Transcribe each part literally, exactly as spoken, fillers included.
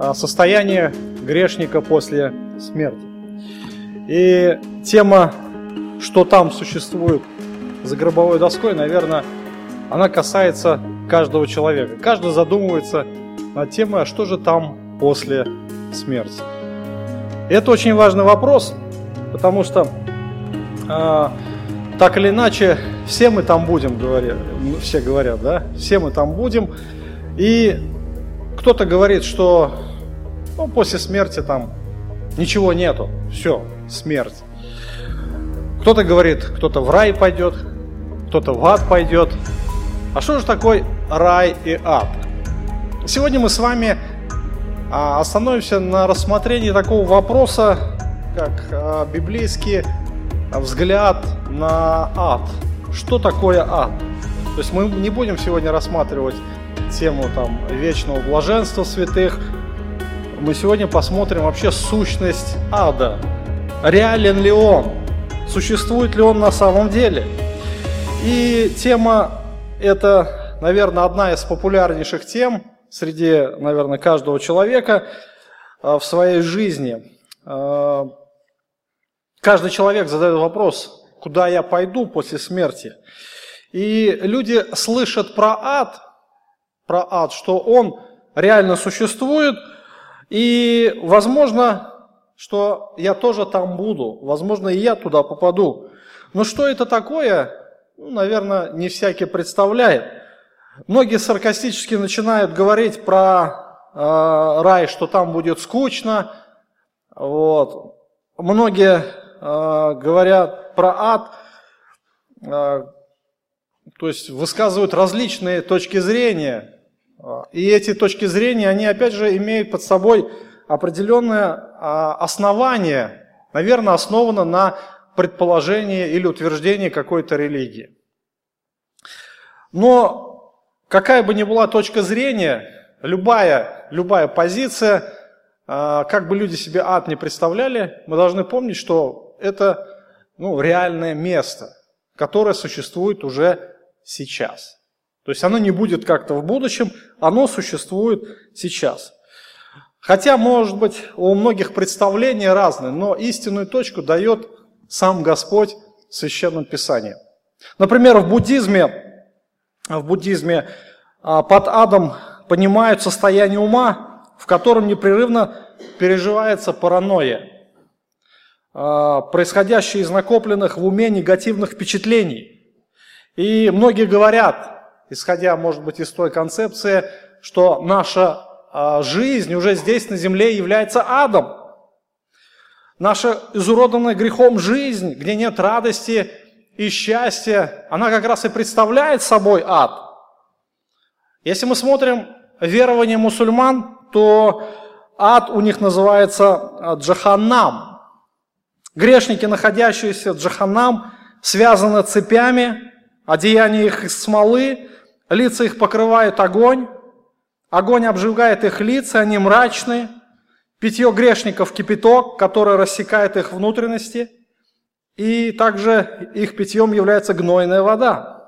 состояние грешника после смерти. И тема, что там существует за гробовой доской, наверное, она касается каждого человека. Каждый задумывается над темой, а что же там после смерти. И это очень важный вопрос, потому что э, так или иначе все мы там будем, говорят, все говорят, да, все мы там будем. И кто-то говорит, что ну, после смерти там ничего нету, все, смерть. Кто-то говорит, кто-то в рай пойдет, кто-то в ад пойдет. А что же такое рай и ад? Сегодня мы с вами остановимся на рассмотрении такого вопроса, как библейский взгляд на ад. Что такое ад? То есть мы не будем сегодня рассматривать тему там, вечного блаженства святых. Мы сегодня посмотрим вообще сущность ада. Реален ли он? Существует ли он на самом деле? И тема это, наверное, одна из популярнейших тем среди, наверное, каждого человека в своей жизни. Каждый человек задает вопрос, куда я пойду после смерти? И люди слышат про ад, про ад, что он реально существует, и возможно, что я тоже там буду, возможно, и я туда попаду. Но что это такое, ну, наверное, не всякий представляет. Многие саркастически начинают говорить про э, рай, что там будет скучно. Вот. Многие э, говорят про ад, э, то есть высказывают различные точки зрения. И эти точки зрения, они опять же имеют под собой определенное э, основание, наверное, основано на предположении или утверждении какой-то религии. Но какая бы ни была точка зрения, любая, любая позиция, как бы люди себе ад не представляли, мы должны помнить, что это ну, реальное место, которое существует уже сейчас. То есть оно не будет как-то в будущем, оно существует сейчас. Хотя, может быть, у многих представления разные, но истинную точку дает сам Господь в Священном Писании. Например, в буддизме, в буддизме под адом понимают состояние ума, в котором непрерывно переживается паранойя, происходящая из накопленных в уме негативных впечатлений. И многие говорят, исходя, может быть, из той концепции, что наша жизнь уже здесь на земле является адом. Наша изуродованная грехом жизнь, где нет радости и счастья, она как раз и представляет собой ад. Если мы смотрим верование мусульман, то ад у них называется Джаханнам. Грешники, находящиеся в Джаханнам, связаны цепями, одеяния их из смолы, лица их покрывает огонь, огонь обжигает их лица, они мрачны. Питье грешников – кипяток, который рассекает их внутренности, и также их питьем является гнойная вода.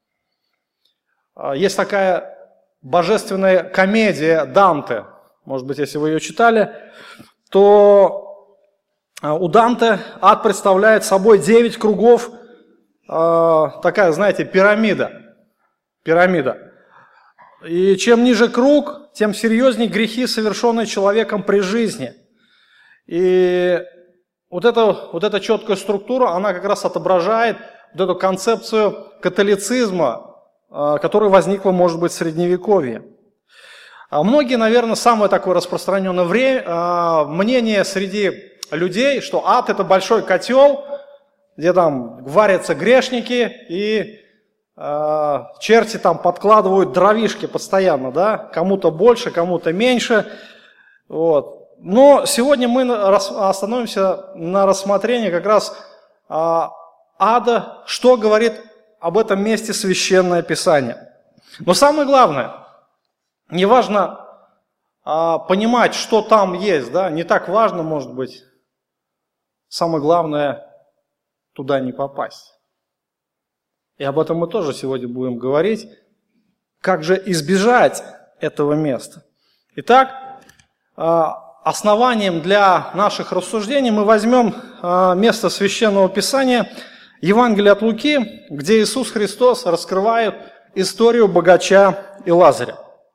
Есть такая божественная комедия Данте, может быть, если вы ее читали, то у Данте ад представляет собой девять кругов, такая, знаете, пирамида. Пирамида. И чем ниже круг, тем серьезнее грехи, совершенные человеком при жизни. И вот эта, вот эта четкая структура, она как раз отображает вот эту концепцию католицизма, которая возникла, может быть, в Средневековье. А многие, наверное, самое такое распространенное время, мнение среди людей, что ад – это большой котел, где там варятся грешники и черти там подкладывают дровишки постоянно, да, кому-то больше, кому-то меньше. Вот. Но сегодня мы остановимся на рассмотрении как раз ада, что говорит об этом месте Священное Писание. Но самое главное, не важно понимать, что там есть, да, не так важно, может быть, самое главное туда не попасть. И об этом мы тоже сегодня будем говорить, как же избежать этого места. Итак, основанием для наших рассуждений мы возьмем место Священного Писания, Евангелие от Луки, где Иисус Христос раскрывает историю богача и Лазаря.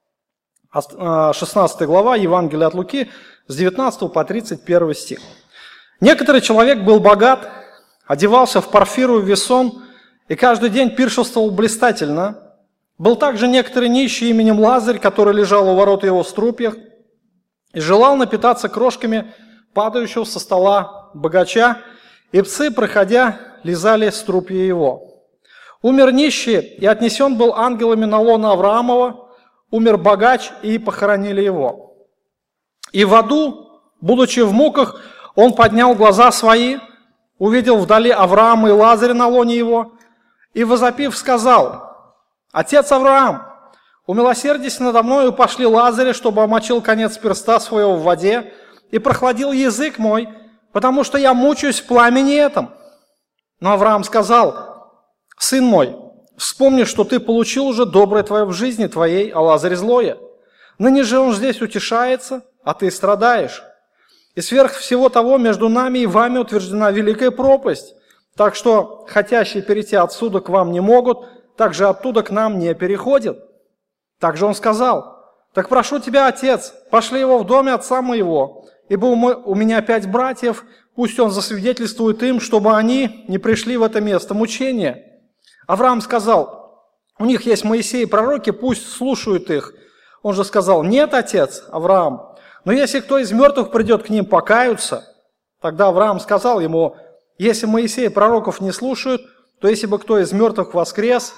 шестнадцатая глава Евангелия от Луки с девятнадцатого по тридцать первый стих. «Некоторый человек был богат, одевался в парфиру и весон, и каждый день пиршествовал блистательно. Был также некоторый нищий именем Лазарь, который лежал у ворот его струпьях, и желал напитаться крошками падающего со стола богача, и псы, проходя, лизали струпья его. Умер нищий, и отнесен был ангелами на лоно Авраамова, умер богач, и похоронили его. И в аду, будучи в муках, он поднял глаза свои, увидел вдали Авраама и Лазаря на лоне его, и, возопив, сказал: «Отец Авраам, умилосердись надо мною, пошли Лазаря, чтобы омочил конец перста своего в воде, и прохладил язык мой, потому что я мучаюсь в пламени этом». Но Авраам сказал: «Сын мой, вспомни, что ты получил уже доброе твое в жизни твоей, а Лазарь злое. Ныне же он здесь утешается, а ты страдаешь. И сверх всего того между нами и вами утверждена великая пропасть, так что хотящие перейти отсюда к вам не могут, так же оттуда к нам не переходят». Также он сказал: «Так прошу тебя, отец, пошли его в доме отца моего, ибо у меня пять братьев, пусть он засвидетельствует им, чтобы они не пришли в это место мучения». Авраам сказал: «У них есть Моисей и пророки, пусть слушают их». Он же сказал: «Нет, отец Авраам, но если кто из мертвых придет к ним, покаются». Тогда Авраам сказал ему: «Если Моисей и пророков не слушают, то если бы кто из мертвых воскрес,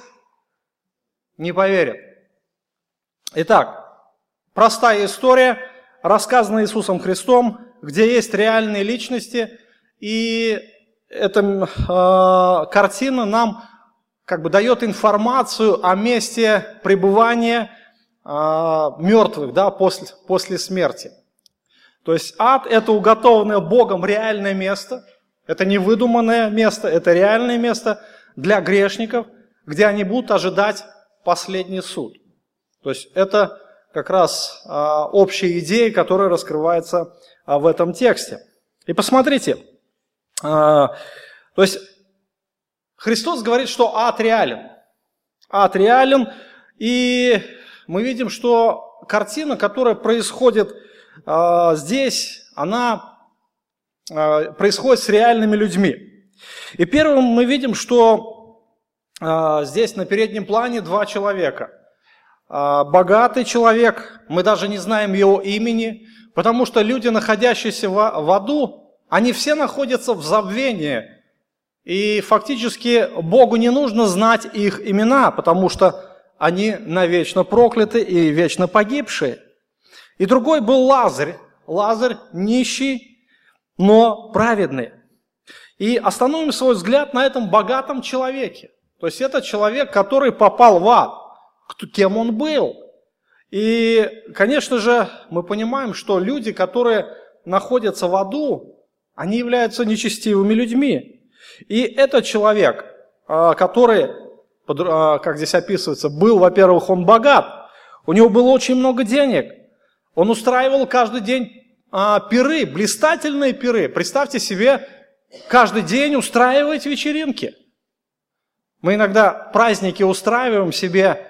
не поверит». Итак, простая история, рассказанная Иисусом Христом, где есть реальные личности, и эта э, картина нам как бы дает информацию о месте пребывания э, мертвых, да, после, после смерти. То есть ад – это уготованное Богом реальное место, это не выдуманное место, это реальное место для грешников, где они будут ожидать последний суд. То есть это как раз а, общая идея, которая раскрывается а, в этом тексте. И посмотрите, а, то есть Христос говорит, что ад реален. Ад реален, и мы видим, что картина, которая происходит а, здесь, она а, происходит с реальными людьми. И первым мы видим, что а, здесь на переднем плане два человека. Богатый человек, мы даже не знаем его имени, потому что люди, находящиеся в аду, они все находятся в забвении. И фактически Богу не нужно знать их имена, потому что они навечно прокляты и вечно погибшие. И другой был Лазарь. Лазарь нищий, но праведный. И остановим свой взгляд на этом богатом человеке. То есть это человек, который попал в ад. Кем он был. И, конечно же, мы понимаем, что люди, которые находятся в аду, они являются нечестивыми людьми. И этот человек, который, как здесь описывается, был, во-первых, он богат, у него было очень много денег, он устраивал каждый день пиры, блистательные пиры. Представьте себе, каждый день устраивать вечеринки. Мы иногда праздники устраиваем себе,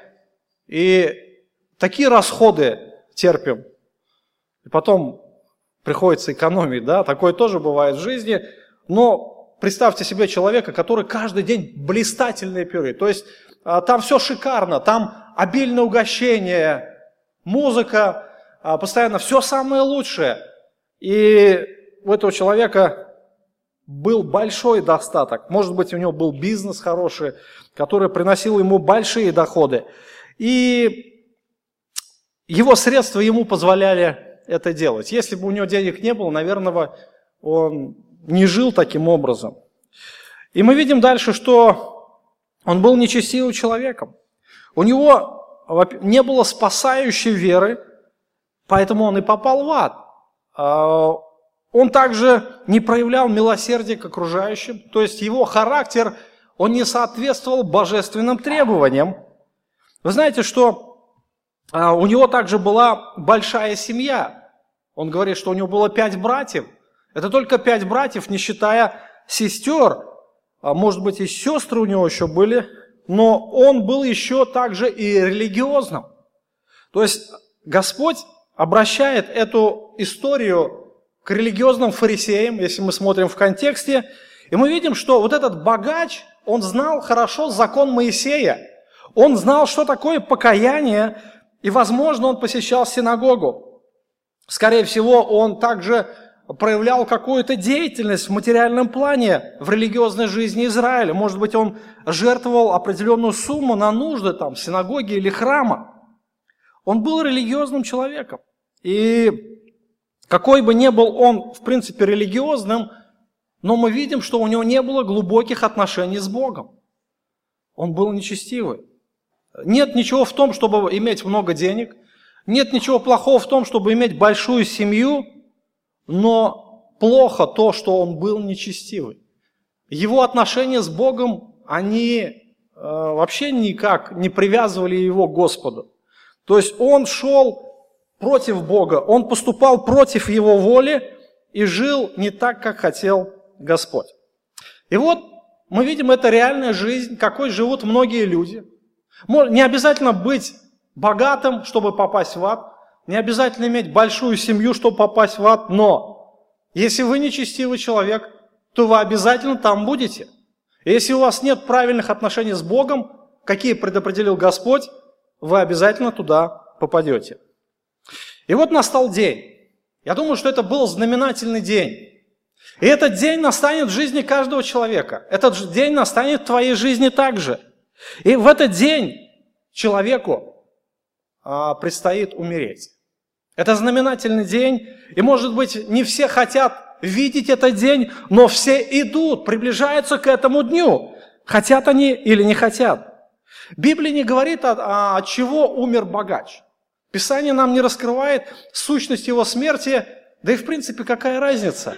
и такие расходы терпим, и потом приходится экономить, да, такое тоже бывает в жизни, но представьте себе человека, который каждый день блистательные пиры, то есть там все шикарно, там обильное угощение, музыка, постоянно все самое лучшее, и у этого человека был большой достаток, может быть, у него был бизнес хороший, который приносил ему большие доходы. И его средства ему позволяли это делать. Если бы у него денег не было, наверное, он не жил таким образом. И мы видим дальше, что он был нечестивым человеком. У него не было спасающей веры, поэтому он и попал в ад. Он также не проявлял милосердия к окружающим, то есть его характер, он не соответствовал божественным требованиям. Вы знаете, что у него также была большая семья. Он говорит, что у него было пять братьев. Это только пять братьев, не считая сестер. А может быть, и сестры у него еще были. Но он был еще также и религиозным. То есть Господь обращает эту историю к религиозным фарисеям, если мы смотрим в контексте. И мы видим, что вот этот богач, он знал хорошо закон Моисея. Он знал, что такое покаяние, и, возможно, он посещал синагогу. Скорее всего, он также проявлял какую-то деятельность в материальном плане в религиозной жизни Израиля. Может быть, он жертвовал определенную сумму на нужды там, синагоги или храма. Он был религиозным человеком. И какой бы ни был он, в принципе, религиозным, но мы видим, что у него не было глубоких отношений с Богом. Он был нечестивый. Нет ничего в том, чтобы иметь много денег. Нет ничего плохого в том, чтобы иметь большую семью. Но плохо то, что он был нечестивый. Его отношения с Богом, они э, вообще никак не привязывали его к Господу. То есть он шел против Бога, он поступал против Его воли и жил не так, как хотел Господь. И вот мы видим, это реальная жизнь, какой живут многие люди. Не обязательно быть богатым, чтобы попасть в ад, не обязательно иметь большую семью, чтобы попасть в ад, но если вы нечестивый человек, то вы обязательно там будете. И если у вас нет правильных отношений с Богом, какие предопределил Господь, вы обязательно туда попадете. И вот настал день. Я думаю, что это был знаменательный день. И этот день настанет в жизни каждого человека. Этот день настанет в твоей жизни также. И в этот день человеку а, предстоит умереть. Это знаменательный день. И, может быть, не все хотят видеть этот день, но все идут, приближаются к этому дню. Хотят они или не хотят. Библия не говорит, а, от чего умер богач. Писание нам не раскрывает сущность его смерти, да и в принципе какая разница?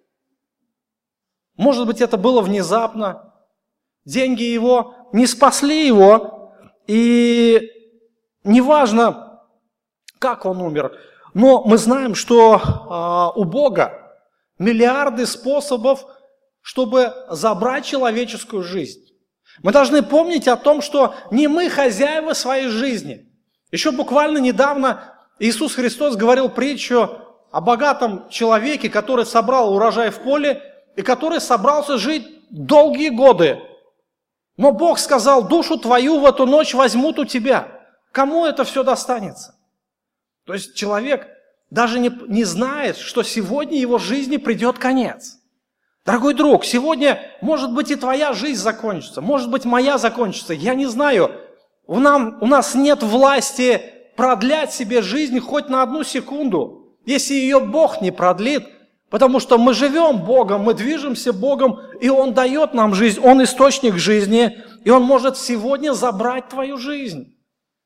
Может быть, это было внезапно, деньги его не спасли его, и неважно, как он умер, но мы знаем, что э, у Бога миллиарды способов, чтобы забрать человеческую жизнь. Мы должны помнить о том, что не мы хозяева своей жизни. Еще буквально недавно Иисус Христос говорил притчу о богатом человеке, который собрал урожай в поле и который собрался жить долгие годы. Но Бог сказал, душу твою в эту ночь возьмут у тебя. Кому это все достанется? То есть человек даже не, не знает, что сегодня его жизни придет конец. Дорогой друг, сегодня, может быть, и твоя жизнь закончится, может быть, моя закончится, я не знаю. У, нам, у нас нет власти продлять себе жизнь хоть на одну секунду, если ее Бог не продлит, потому что мы живем Богом, мы движемся Богом, и Он дает нам жизнь, Он источник жизни, и Он может сегодня забрать твою жизнь.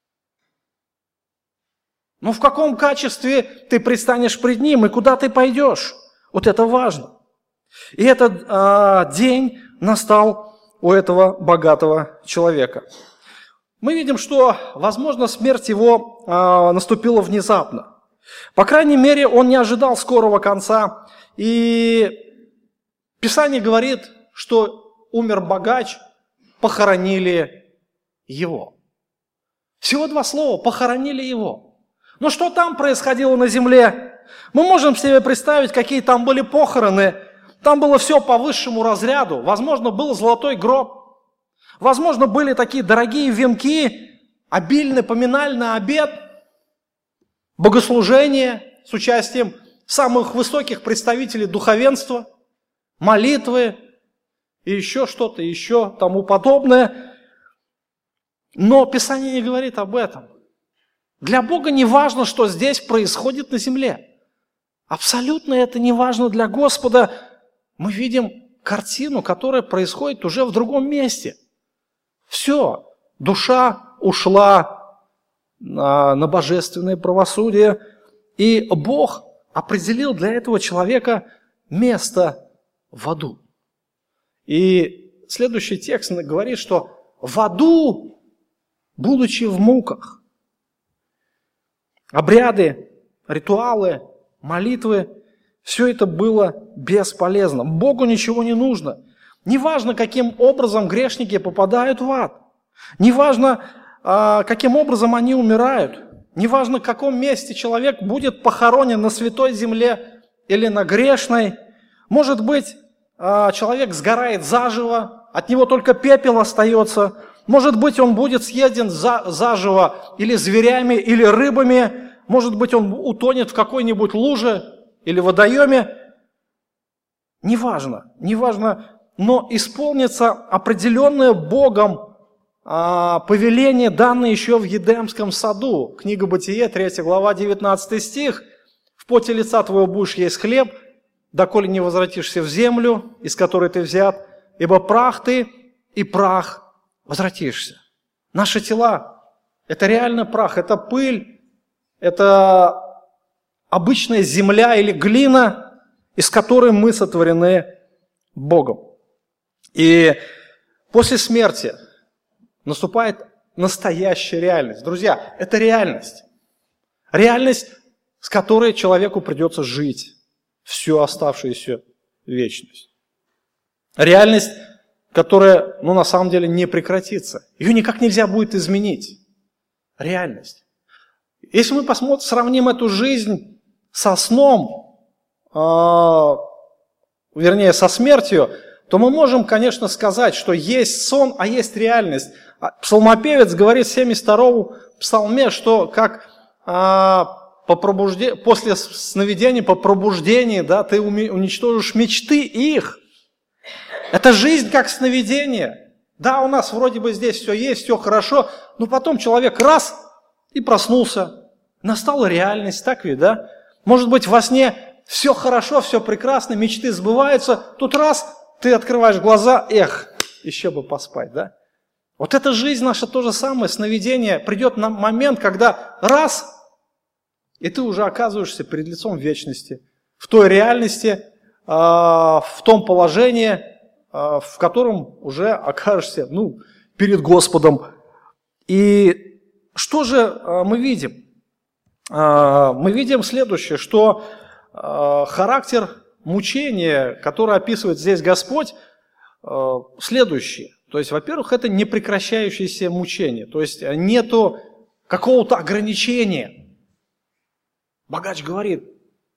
Но в каком качестве ты предстанешь пред Ним, и куда ты пойдешь? Вот это важно. И этот э, день настал у этого богатого человека. Мы видим, что, возможно, смерть его э, наступила внезапно. По крайней мере, он не ожидал скорого конца. И Писание говорит, что умер богач, похоронили его. Всего два слова, похоронили его. Но что там происходило на земле? Мы можем себе представить, какие там были похороны. Там было все по высшему разряду. Возможно, был золотой гроб. Возможно, были такие дорогие венки, обильный поминальный обед, богослужение с участием самых высоких представителей духовенства, молитвы и еще что-то, еще тому подобное. Но Писание не говорит об этом. Для Бога не важно, что здесь происходит на земле. Абсолютно это не важно для Господа. Мы видим картину, которая происходит уже в другом месте. Все, душа ушла на, на божественное правосудие, и Бог определил для этого человека место в аду. И следующий текст говорит, что в аду, будучи в муках, обряды, ритуалы молитвы, все это было бесполезно. Богу ничего не нужно. Неважно, каким образом грешники попадают в ад. Неважно, каким образом они умирают. Неважно, в каком месте человек будет похоронен, на святой земле или на грешной. Может быть, человек сгорает заживо, от него только пепел остается. Может быть, он будет съеден заживо или зверями, или рыбами. Может быть, он утонет в какой-нибудь луже или водоеме. Неважно, неважно, но исполнится определенное Богом повеление, данное еще в Едемском саду. Книга Бытие, третья глава, девятнадцатый стих. «В поте лица твоего будешь есть хлеб, доколе не возвратишься в землю, из которой ты взят, ибо прах ты, и прах возвратишься». Наши тела – это реально прах, это пыль, это обычная земля или глина, из которой мы сотворены Богом. И после смерти наступает настоящая реальность. Друзья, это реальность. Реальность, с которой человеку придется жить всю оставшуюся вечность. Реальность, которая, ну, на самом деле не прекратится. Ее никак нельзя будет изменить. Реальность. Если мы посмотрим, сравним эту жизнь со сном, э, вернее, со смертью, то мы можем, конечно, сказать, что есть сон, а есть реальность. Псалмопевец говорит в семьдесят втором псалме, что как а, по пробужде... после сновидения, по пробуждении, да, ты уничтожишь мечты их. Это жизнь как сновидение. Да, у нас вроде бы здесь все есть, все хорошо, но потом человек раз и проснулся. Настала реальность, так ведь, да? Может быть, во сне все хорошо, все прекрасно, мечты сбываются, тут раз ты открываешь глаза, эх, еще бы поспать, да? Вот эта жизнь наша то же самое, сновидение. Придет на момент, когда раз, и ты уже оказываешься перед лицом вечности, в той реальности, в том положении, в котором уже окажешься, ну, перед Господом. И что же мы видим? Мы видим следующее, что характер мучения, которое описывает здесь Господь, следующий. То есть, во-первых, это непрекращающееся мучение. То есть, нету какого-то ограничения. Богач говорит,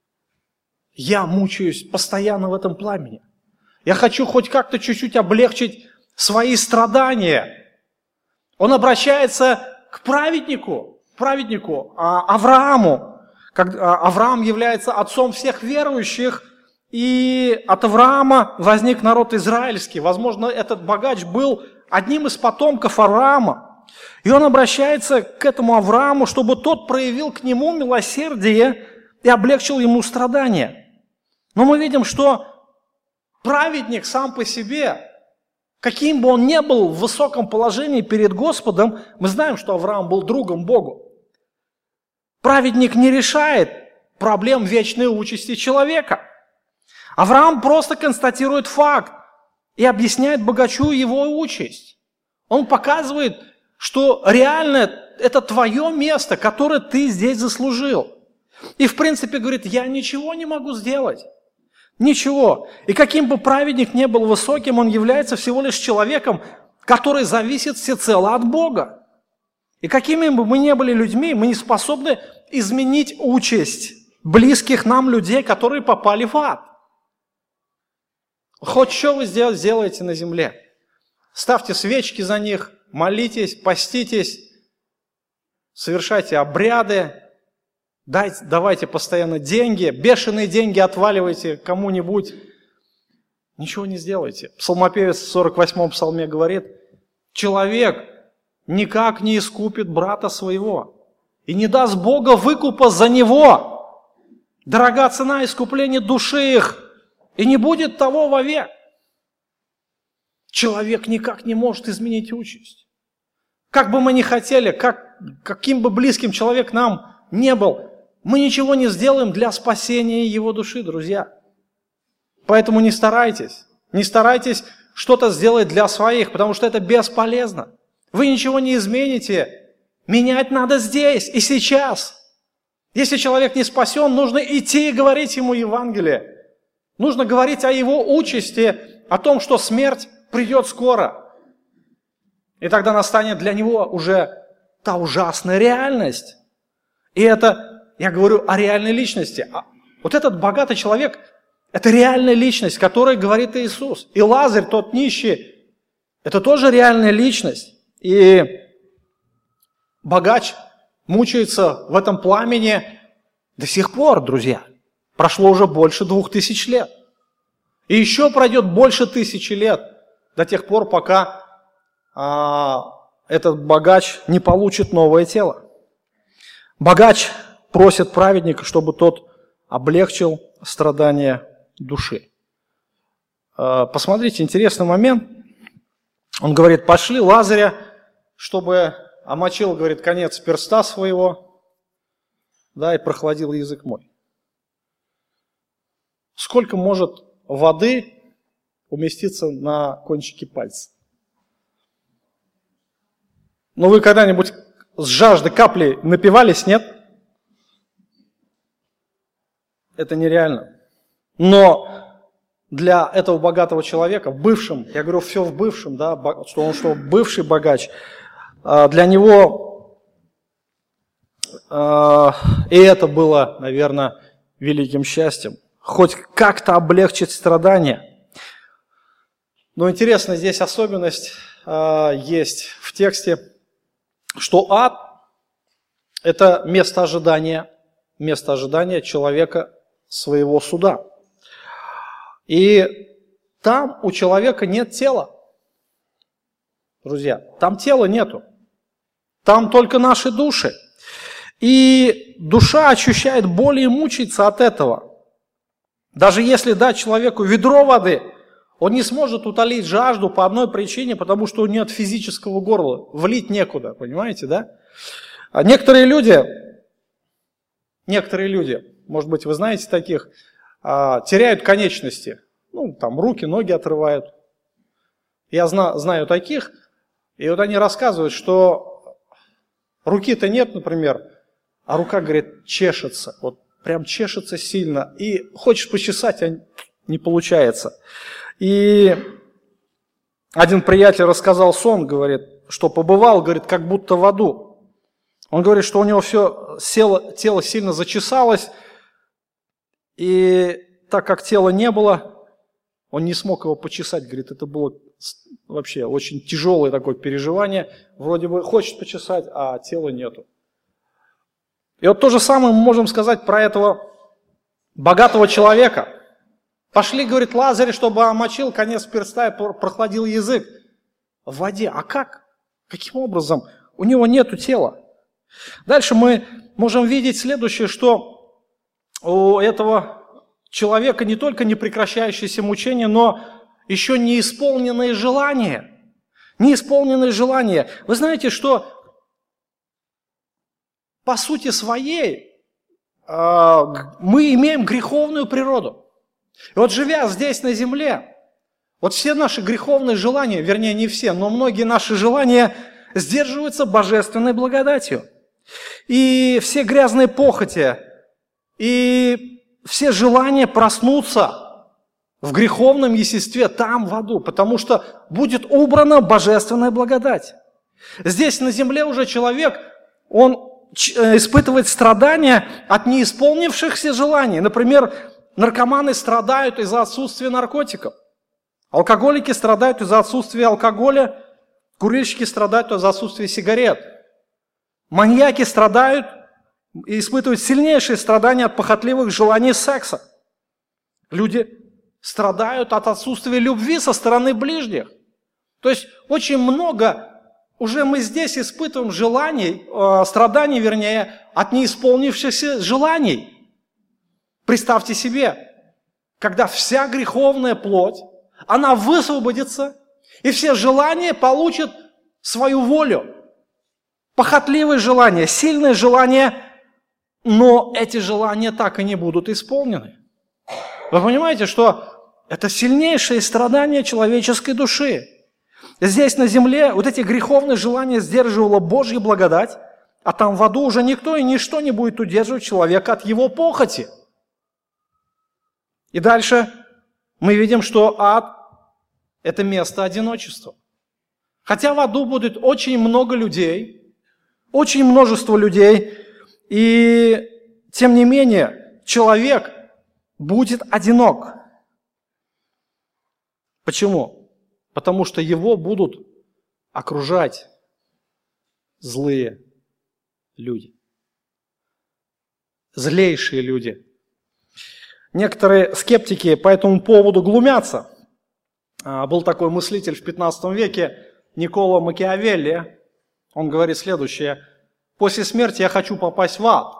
я мучаюсь постоянно в этом пламени. Я хочу хоть как-то чуть-чуть облегчить свои страдания. Он обращается к праведнику, праведнику Аврааму. Как Авраам является отцом всех верующих, и от Авраама возник народ израильский. Возможно, этот богач был одним из потомков Авраама. И он обращается к этому Аврааму, чтобы тот проявил к нему милосердие и облегчил ему страдания. Но мы видим, что праведник сам по себе, каким бы он ни был в высоком положении перед Господом, мы знаем, что Авраам был другом Богу. Праведник не решает проблем вечной участи человека. Авраам просто констатирует факт и объясняет богачу его участь. Он показывает, что реально это твое место, которое ты здесь заслужил. И в принципе говорит, я ничего не могу сделать. Ничего. И каким бы праведник ни был высоким, он является всего лишь человеком, который зависит всецело от Бога. И какими бы мы ни были людьми, мы не способны изменить участь близких нам людей, которые попали в ад. Хоть что вы сделаете на земле. Ставьте свечки за них, молитесь, поститесь, совершайте обряды, дайте, давайте постоянно деньги, бешеные деньги отваливайте кому-нибудь. Ничего не сделайте. Псалмопевец в сорок восьмом псалме говорит, человек никак не искупит брата своего и не даст Бога выкупа за него. Дорога цена искупления души их, и не будет того вовек. Человек никак не может изменить участь. Как бы мы ни хотели, как, каким бы близким человек нам не был, мы ничего не сделаем для спасения его души, друзья. Поэтому не старайтесь, не старайтесь что-то сделать для своих, потому что это бесполезно. Вы ничего не измените. Менять надо здесь и сейчас. Если человек не спасен, нужно идти и говорить ему Евангелие. Нужно говорить о его участи, о том, что смерть придет скоро. И тогда настанет для него уже та ужасная реальность. И это, я говорю о реальной личности. Вот этот богатый человек, это реальная личность, которой говорит Иисус. И Лазарь, тот нищий, это тоже реальная личность. И богач мучается в этом пламени до сих пор, друзья. Прошло уже больше двух тысяч лет. И еще пройдет больше тысячи лет до тех пор, пока а, этот богач не получит новое тело. Богач просит праведника, чтобы тот облегчил страдания души. А, посмотрите, интересный момент. Он говорит, пошли Лазаря, чтобы омочил, говорит, конец перста своего, да, и прохладил язык мой. Сколько может воды уместиться на кончике пальца? Ну, вы когда-нибудь с жажды капли напивались, нет? Это нереально. Но для этого богатого человека, в бывшем, я говорю, все в бывшем, да, что он что, бывший богач, для него и это было, наверное, великим счастьем. Хоть как-то облегчить страдания. Но интересно, здесь особенность есть в тексте, что ад – это место ожидания, место ожидания человека своего суда. И там у человека нет тела. Друзья, там тела нету. Там только наши души. И душа ощущает боль и мучается от этого. Даже если дать человеку ведро воды, он не сможет утолить жажду по одной причине, потому что у него нет физического горла. Влить некуда, понимаете, да? А некоторые люди, некоторые люди, может быть, вы знаете таких, теряют конечности. Ну, там руки, ноги отрывают. Я зна, знаю таких, и вот они рассказывают, что руки-то нет, например, а рука, говорит, чешется. Вот прям чешется сильно. И хочешь почесать, а не получается. И один приятель рассказал сон, говорит, что побывал, говорит, как будто в аду. Он говорит, что у него все село, тело сильно зачесалось, и так как тела не было, он не смог его почесать. Говорит, это было вообще очень тяжелое такое переживание. Вроде бы хочет почесать, а тела нету. И вот то же самое мы можем сказать про этого богатого человека. Пошли, говорит, Лазарь, чтобы омочил конец перста и прохладил язык в воде. А как? Каким образом? У него нету тела. Дальше мы можем видеть следующее, что у этого человека не только непрекращающееся мучение, но еще неисполненные желания. Неисполненные желания. Вы знаете, что по сути своей мы имеем греховную природу. И вот живя здесь на земле, вот все наши греховные желания, вернее не все, но многие наши желания сдерживаются божественной благодатью. И все грязные похоти, и все желания проснутся в греховном естестве там, в аду, потому что будет убрана божественная благодать. Здесь на земле уже человек, он испытывает страдания от неисполнившихся желаний. Например, наркоманы страдают из-за отсутствия наркотиков. Алкоголики страдают из-за отсутствия алкоголя. Курильщики страдают из-за отсутствия сигарет. Маньяки страдают и испытывают сильнейшие страдания от похотливых желаний секса. Люди страдают от отсутствия любви со стороны ближних. То есть очень много уже мы здесь испытываем желаний, э, страданий, вернее, от неисполнившихся желаний. Представьте себе, когда вся греховная плоть, она высвободится, и все желания получат свою волю. Похотливые желания, сильные желания, но эти желания так и не будут исполнены. Вы понимаете, что это сильнейшее страдание человеческой души. Здесь на земле вот эти греховные желания сдерживала Божья благодать, А там в аду уже никто и ничто не будет удерживать человека от его похоти. И дальше мы видим, что ад – это место одиночества. Хотя в аду будет очень много людей, очень множество людей, и тем не менее человек будет одинок. Почему? Потому что его будут окружать злые люди. Злейшие люди. Некоторые скептики по этому поводу глумятся. Был такой мыслитель в пятнадцатом веке Никколо Макиавелли. Он говорит следующее: после смерти я хочу попасть в ад,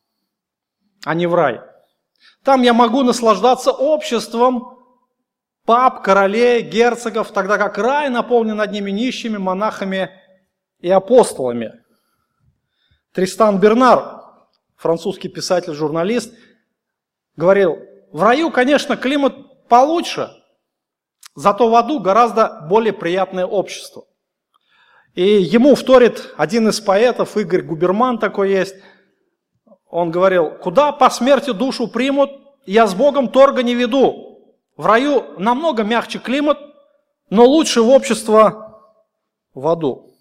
а не в рай. Там я могу наслаждаться обществом пап, королей, герцогов, тогда как рай наполнен одними нищими, монахами и апостолами. Тристан Бернар, французский писатель, журналист, говорил: в раю, конечно, климат получше, зато в аду гораздо более приятное общество. И ему вторит один из поэтов, Игорь Губерман такой есть. Он говорил: куда по смерти душу примут, я с Богом торга не веду. В раю намного мягче климат, но лучше в общество в аду.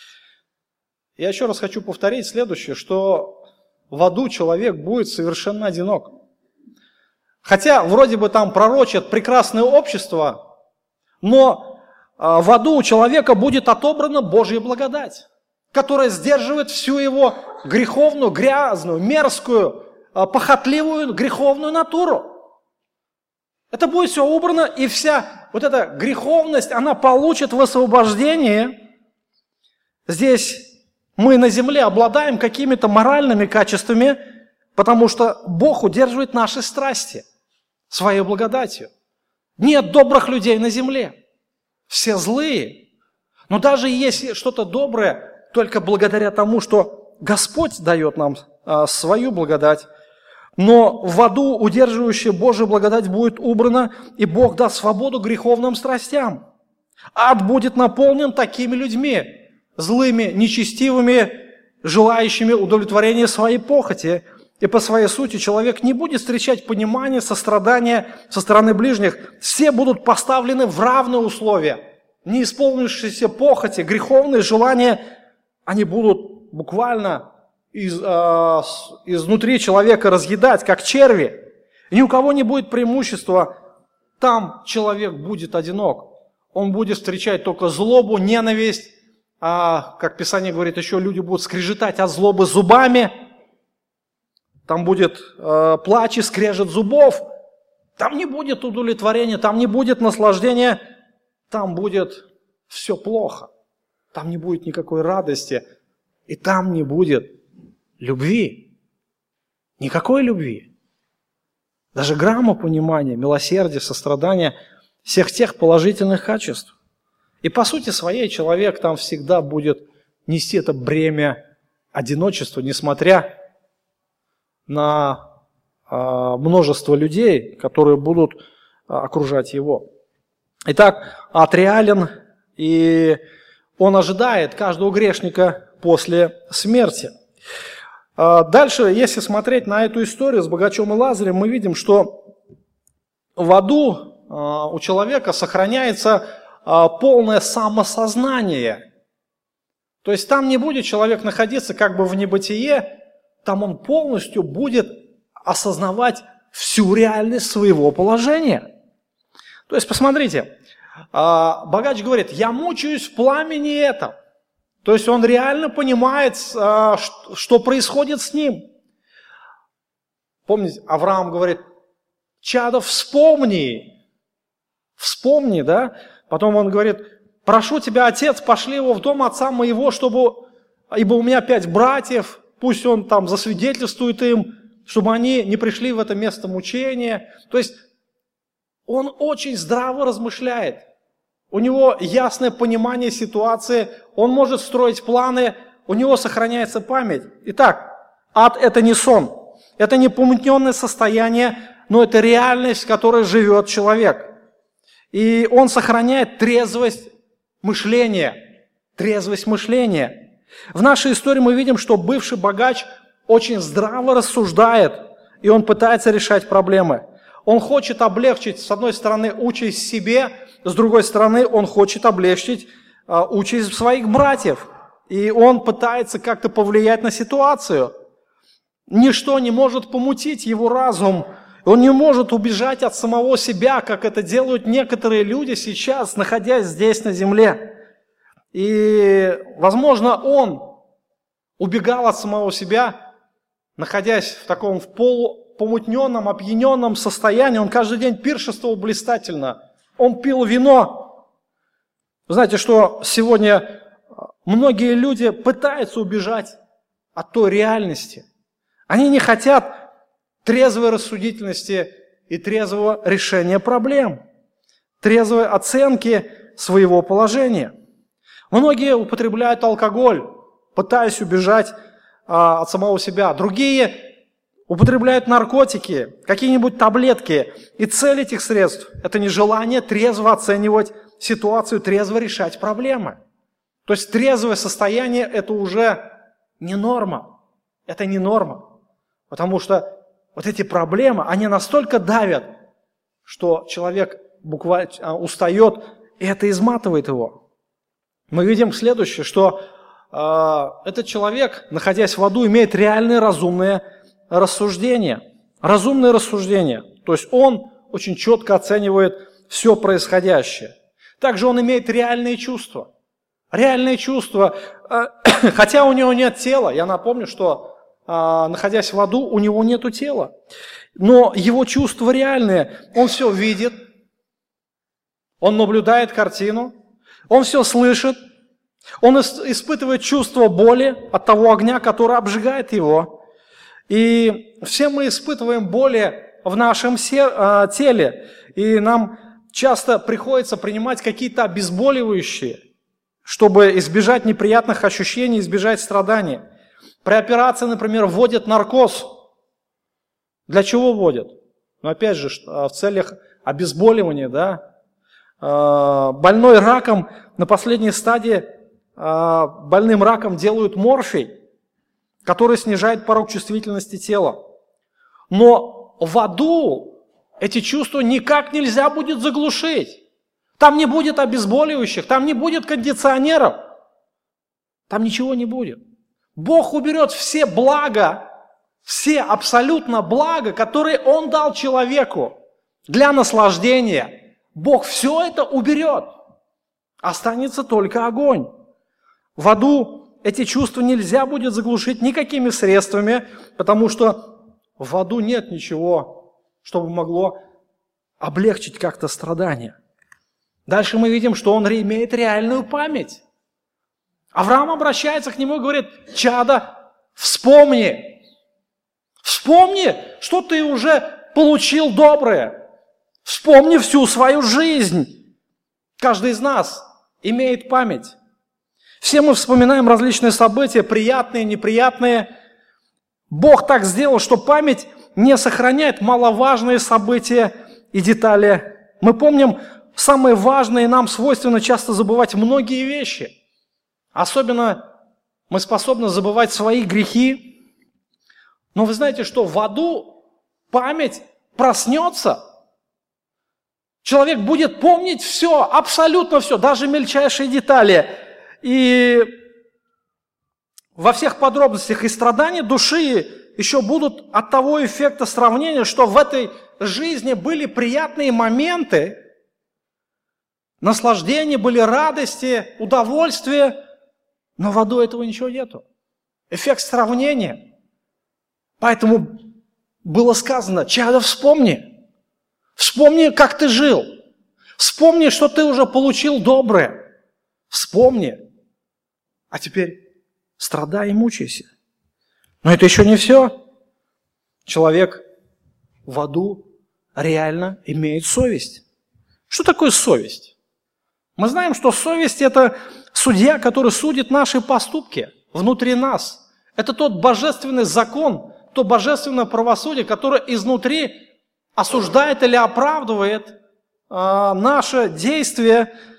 Я еще раз хочу повторить следующее, что в аду человек будет совершенно одинок. Хотя вроде бы там пророчат прекрасное общество, но в аду у человека будет отобрана Божья благодать, которая сдерживает всю его греховную, грязную, мерзкую, похотливую, греховную натуру. Это будет все убрано, и вся вот эта греховность, она получит высвобождение. Здесь мы на земле обладаем какими-то моральными качествами, потому что Бог удерживает наши страсти своей благодатью. Нет добрых людей на земле. Все злые. Но даже если что-то доброе, только благодаря тому, что Господь дает нам а, свою благодать. Но в аду удерживающая Божия благодать будет убрана, и Бог даст свободу греховным страстям. Ад будет наполнен такими людьми, злыми, нечестивыми, желающими удовлетворения своей похоти. И по своей сути человек не будет встречать понимание, сострадание со стороны ближних. Все будут поставлены в равные условия. Не исполнившиеся похоти, греховные желания, они будут буквально из, э, изнутри человека разъедать, как черви. И ни у кого не будет преимущества. Там человек будет одинок. Он будет встречать только злобу, ненависть. А, как Писание говорит, еще люди будут скрежетать от злобы зубами. Там будет э, плач и скрежет зубов. Там не будет удовлетворения, там не будет наслаждения. Там будет все плохо. Там не будет никакой радости. И там не будет любви. Никакой любви. Даже грамма понимания, милосердия, сострадания, всех тех положительных качеств. И по сути своей человек там всегда будет нести это бремя одиночества, несмотря на а, множество людей, которые будут а, окружать его. Итак, ад реален, и он ожидает каждого грешника после смерти. Дальше, если смотреть на эту историю с богачом и Лазарем, мы видим, что в аду у человека сохраняется полное самосознание. То есть там не будет человек находиться как бы в небытие, там он полностью будет осознавать всю реальность своего положения. То есть, посмотрите, богач говорит: я мучаюсь в пламени этом. То есть он реально понимает, что происходит с ним. Помните, Авраам говорит: чадо, вспомни, вспомни, да? Потом он говорит: прошу тебя, отец, пошли его в дом отца моего, чтобы, ибо у меня пять братьев, пусть он там засвидетельствует им, чтобы они не пришли в это место мучения. То есть он очень здраво размышляет. У него ясное понимание ситуации, он может строить планы, у него сохраняется память. Итак, ад – это не сон, это не помутненное состояние, но это реальность, в которой живет человек. И он сохраняет трезвость мышления, трезвость мышления. В нашей истории мы видим, что бывший богач очень здраво рассуждает, и он пытается решать проблемы. Он хочет облегчить, с одной стороны, участь себе, с другой стороны, он хочет облегчить а, участь своих братьев. И он пытается как-то повлиять на ситуацию. Ничто не может помутить его разум. Он не может убежать от самого себя, как это делают некоторые люди сейчас, находясь здесь на земле. И, возможно, он убегал от самого себя, находясь в таком в полупомутненном, опьяненном состоянии. Он каждый день пиршествовал блистательно. Он пил вино. Вы знаете, что сегодня многие люди пытаются убежать от той реальности. Они не хотят трезвой рассудительности и трезвого решения проблем, трезвой оценки своего положения. Многие употребляют алкоголь, пытаясь убежать а, от самого себя. Другие употребляют наркотики, какие-нибудь таблетки. И цель этих средств – это нежелание трезво оценивать ситуацию, трезво решать проблемы. То есть трезвое состояние – это уже не норма. Это не норма. Потому что вот эти проблемы, они настолько давят, что человек буквально устает, и это изматывает его. Мы видим следующее, что э, этот человек, находясь в аду, имеет реальные разумные рассуждения. Разумные рассуждения. То есть он очень четко оценивает все происходящее. Также он имеет реальные чувства. Реальные чувства, э, хотя у него нет тела. Я напомню, что находясь в аду, у него нету тела. Но его чувства реальные. Он все видит, он наблюдает картину, он все слышит, он испытывает чувство боли от того огня, который обжигает его. И все мы испытываем боли в нашем теле, и нам часто приходится принимать какие-то обезболивающие, чтобы избежать неприятных ощущений, избежать страданий. При операции, например, вводят наркоз. Для чего вводят? Ну, опять же, в целях обезболивания, да. Больной раком, на последней стадии больным раком делают морфий, который снижает порог чувствительности тела. Но в аду эти чувства никак нельзя будет заглушить. Там не будет обезболивающих, там не будет кондиционеров, там ничего не будет. Бог уберет все блага, все абсолютно блага, которые Он дал человеку для наслаждения. Бог все это уберет. Останется только огонь. В аду эти чувства нельзя будет заглушить никакими средствами, потому что в аду нет ничего, чтобы могло облегчить как-то страдания. Дальше мы видим, что он имеет реальную память. Авраам обращается к нему и говорит: чадо, вспомни, вспомни, что ты уже получил доброе, вспомни всю свою жизнь. Каждый из нас имеет память. Все мы вспоминаем различные события, приятные, неприятные. Бог так сделал, что память не сохраняет маловажные события и детали. Мы помним самые важные, нам свойственно часто забывать многие вещи. Особенно мы способны забывать свои грехи. Но вы знаете, что в аду память проснется. Человек будет помнить все, абсолютно все, даже мельчайшие детали. И во всех подробностях и страдания души еще будут от того эффекта сравнения, что в этой жизни были приятные моменты, наслаждения, были радости, удовольствия. Но в аду этого ничего нету. Эффект сравнения. Поэтому было сказано: чадо, вспомни. Вспомни, как ты жил. Вспомни, что ты уже получил доброе. Вспомни. А теперь страдай и мучайся. Но это еще не все. Человек в аду реально имеет совесть. Что такое совесть? Мы знаем, что совесть – это судья, который судит наши поступки внутри нас. Это тот божественный закон, то божественное правосудие, которое изнутри осуждает или оправдывает а, наше действие.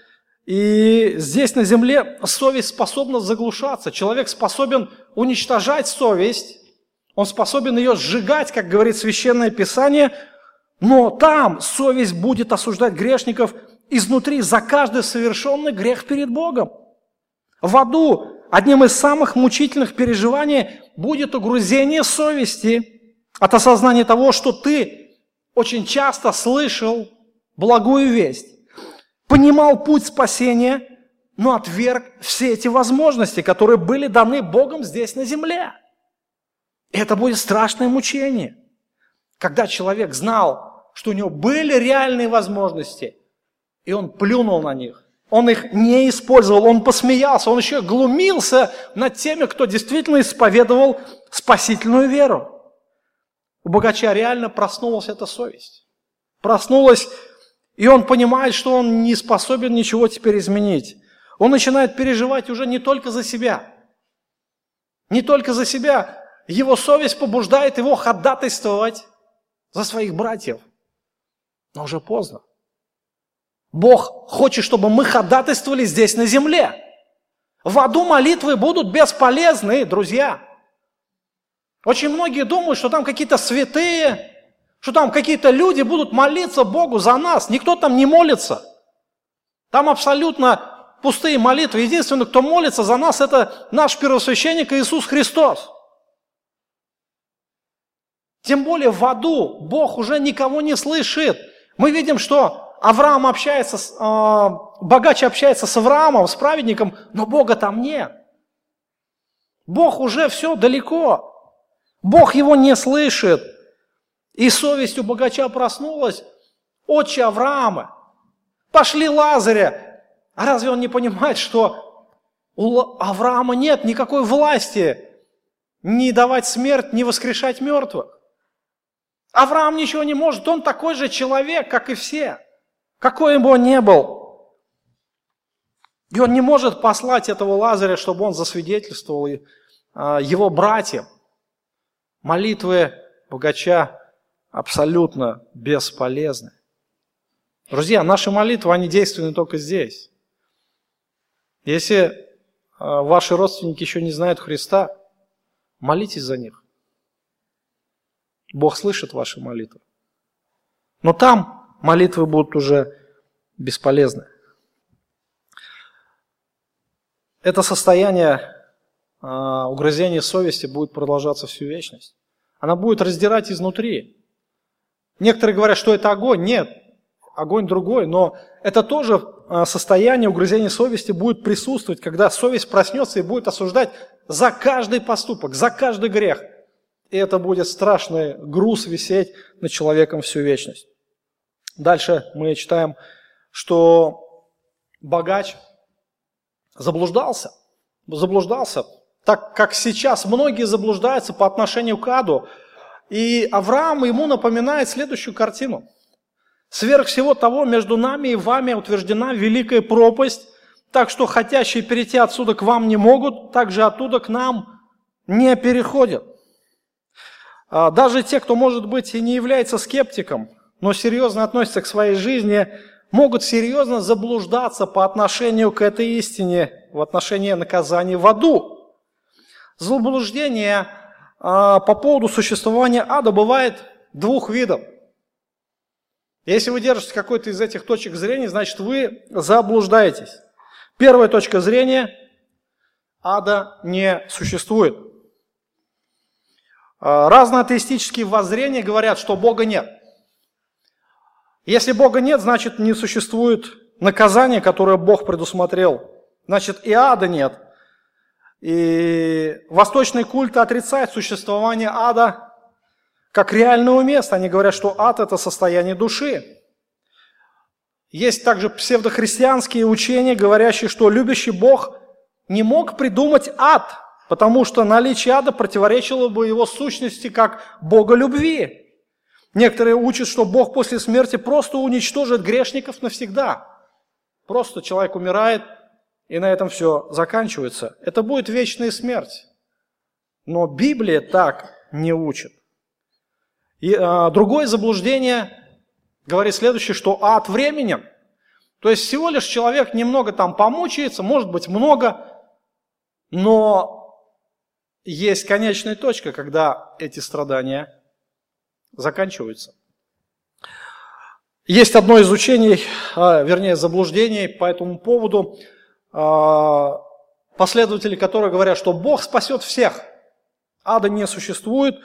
И здесь на земле совесть способна заглушаться. Человек способен уничтожать совесть, он способен ее сжигать, как говорит Священное Писание, но там совесть будет осуждать грешников изнутри за каждый совершенный грех перед Богом. В аду одним из самых мучительных переживаний будет угрызение совести от осознания того, что ты очень часто слышал благую весть, понимал путь спасения, но отверг все эти возможности, которые были даны Богом здесь на земле. И это будет страшное мучение, когда человек знал, что у него были реальные возможности, и он плюнул на них. Он их не использовал, он посмеялся, он еще глумился над теми, кто действительно исповедовал спасительную веру. У богача реально проснулась эта совесть. Проснулась, и он понимает, что он не способен ничего теперь изменить. Он начинает переживать уже не только за себя. Не только за себя. Его совесть побуждает его ходатайствовать за своих братьев. Но уже поздно. Бог хочет, чтобы мы ходатайствовали здесь на земле. В аду молитвы будут бесполезны, друзья. Очень многие думают, что там какие-то святые, что там какие-то люди будут молиться Богу за нас. Никто там не молится. Там абсолютно пустые молитвы. Единственный, кто молится за нас, это наш первосвященник Иисус Христос. Тем более в аду Бог уже никого не слышит. Мы видим, что Авраам общается, с, э, богач общается с Авраамом, с праведником, но Бога там нет. Бог уже все далеко. Бог его не слышит. И совесть у богача проснулась. Отче Авраама, пошли Лазаря. А разве он не понимает, что у Авраама нет никакой власти ни давать смерть, ни воскрешать мертвых? Авраам ничего не может, он такой же человек, как и все, какой бы он ни был. И он не может послать этого Лазаря, чтобы он засвидетельствовал его братьям. Молитвы богача абсолютно бесполезны. Друзья, наши молитвы, они действенны только здесь. Если ваши родственники еще не знают Христа, молитесь за них. Бог слышит ваши молитвы. Но там молитвы будут уже бесполезны. Это состояние э, угрызения совести будет продолжаться всю вечность. Она будет раздирать изнутри. Некоторые говорят, что это огонь. Нет, огонь другой, но это тоже э, состояние угрызения совести будет присутствовать, когда совесть проснется и будет осуждать за каждый поступок, за каждый грех. И это будет страшный груз висеть над человеком всю вечность. Дальше мы читаем, что богач заблуждался. Заблуждался, так как сейчас многие заблуждаются по отношению к аду. И Авраам ему напоминает следующую картину. Сверх всего того, между нами и вами утверждена великая пропасть, так что хотящие перейти отсюда к вам не могут, так же оттуда к нам не переходят. Даже те, кто, может быть, и не является скептиком, но серьезно относится к своей жизни, могут серьезно заблуждаться по отношению к этой истине, в отношении наказания в аду. Заблуждение а, по поводу существования ада бывает двух видов. Если вы держите какой-то из этих точек зрения, значит вы заблуждаетесь. Первая точка зрения – ада не существует. Разные атеистические воззрения говорят, что Бога нет. Если Бога нет, значит не существует наказания, которое Бог предусмотрел. Значит и ада нет. И восточные культы отрицают существование ада как реального места. Они говорят, что ад – это состояние души. Есть также псевдохристианские учения, говорящие, что любящий Бог не мог придумать ад, потому что наличие ада противоречило бы его сущности как Бога любви. Некоторые учат, что Бог после смерти просто уничтожит грешников навсегда. Просто человек умирает, и на этом все заканчивается. Это будет вечная смерть. Но Библия так не учит. И, а, другое заблуждение говорит следующее, что ад временен. То есть всего лишь человек немного там помучается, может быть много, но есть конечная точка, когда эти страдания заканчиваются. Есть одно из учений, вернее заблуждений по этому поводу, последователи, которые говорят, что Бог спасет всех. Ада не существует.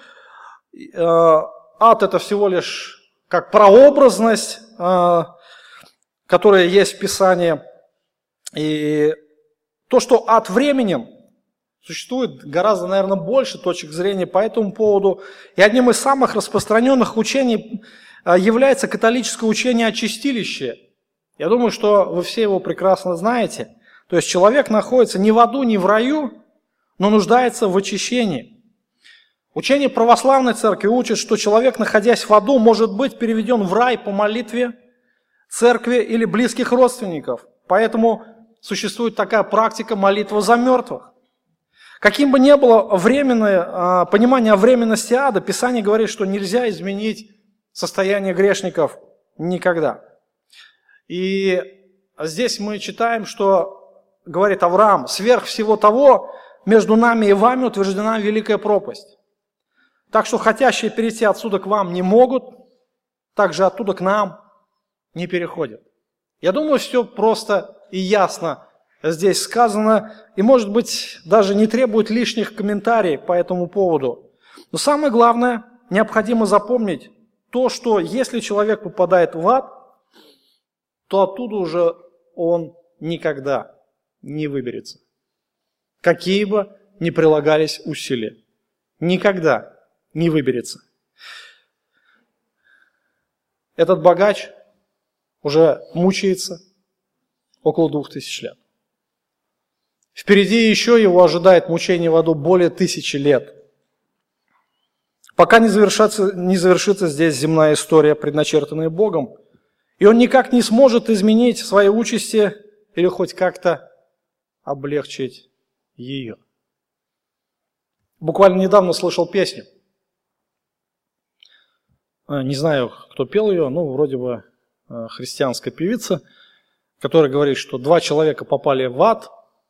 Ад это всего лишь как прообразность, которая есть в Писании. И то, что ад временен, существует гораздо, наверное, больше точек зрения по этому поводу. И одним из самых распространенных учений является католическое учение о чистилище. Я думаю, что вы все его прекрасно знаете. То есть человек находится не в аду, не в раю, но нуждается в очищении. Учение православной церкви учит, что человек, находясь в аду, может быть переведен в рай по молитве церкви или близких родственников. Поэтому существует такая практика молитва за мертвых. Каким бы ни было временное понимание о временности ада, Писание говорит, что нельзя изменить состояние грешников никогда. И здесь мы читаем, что говорит Авраам: сверх всего того, между нами и вами утверждена великая пропасть. Так что хотящие перейти отсюда к вам не могут, также оттуда к нам не переходят. Я думаю, все просто и ясно здесь сказано, и, может быть, даже не требует лишних комментариев по этому поводу. Но самое главное, необходимо запомнить то, что если человек попадает в ад, то оттуда уже он никогда не выберется. Какие бы ни прилагались усилия. Никогда не выберется. Этот богач уже мучается около двух тысяч лет. Впереди еще его ожидает мучение в аду более тысячи лет. Пока не завершится, не завершится здесь земная история, предначертанная Богом, и он никак не сможет изменить свои участи или хоть как-то облегчить ее. Буквально недавно слышал песню. Не знаю, кто пел ее, но вроде бы христианская певица, которая говорит, что два человека попали в ад.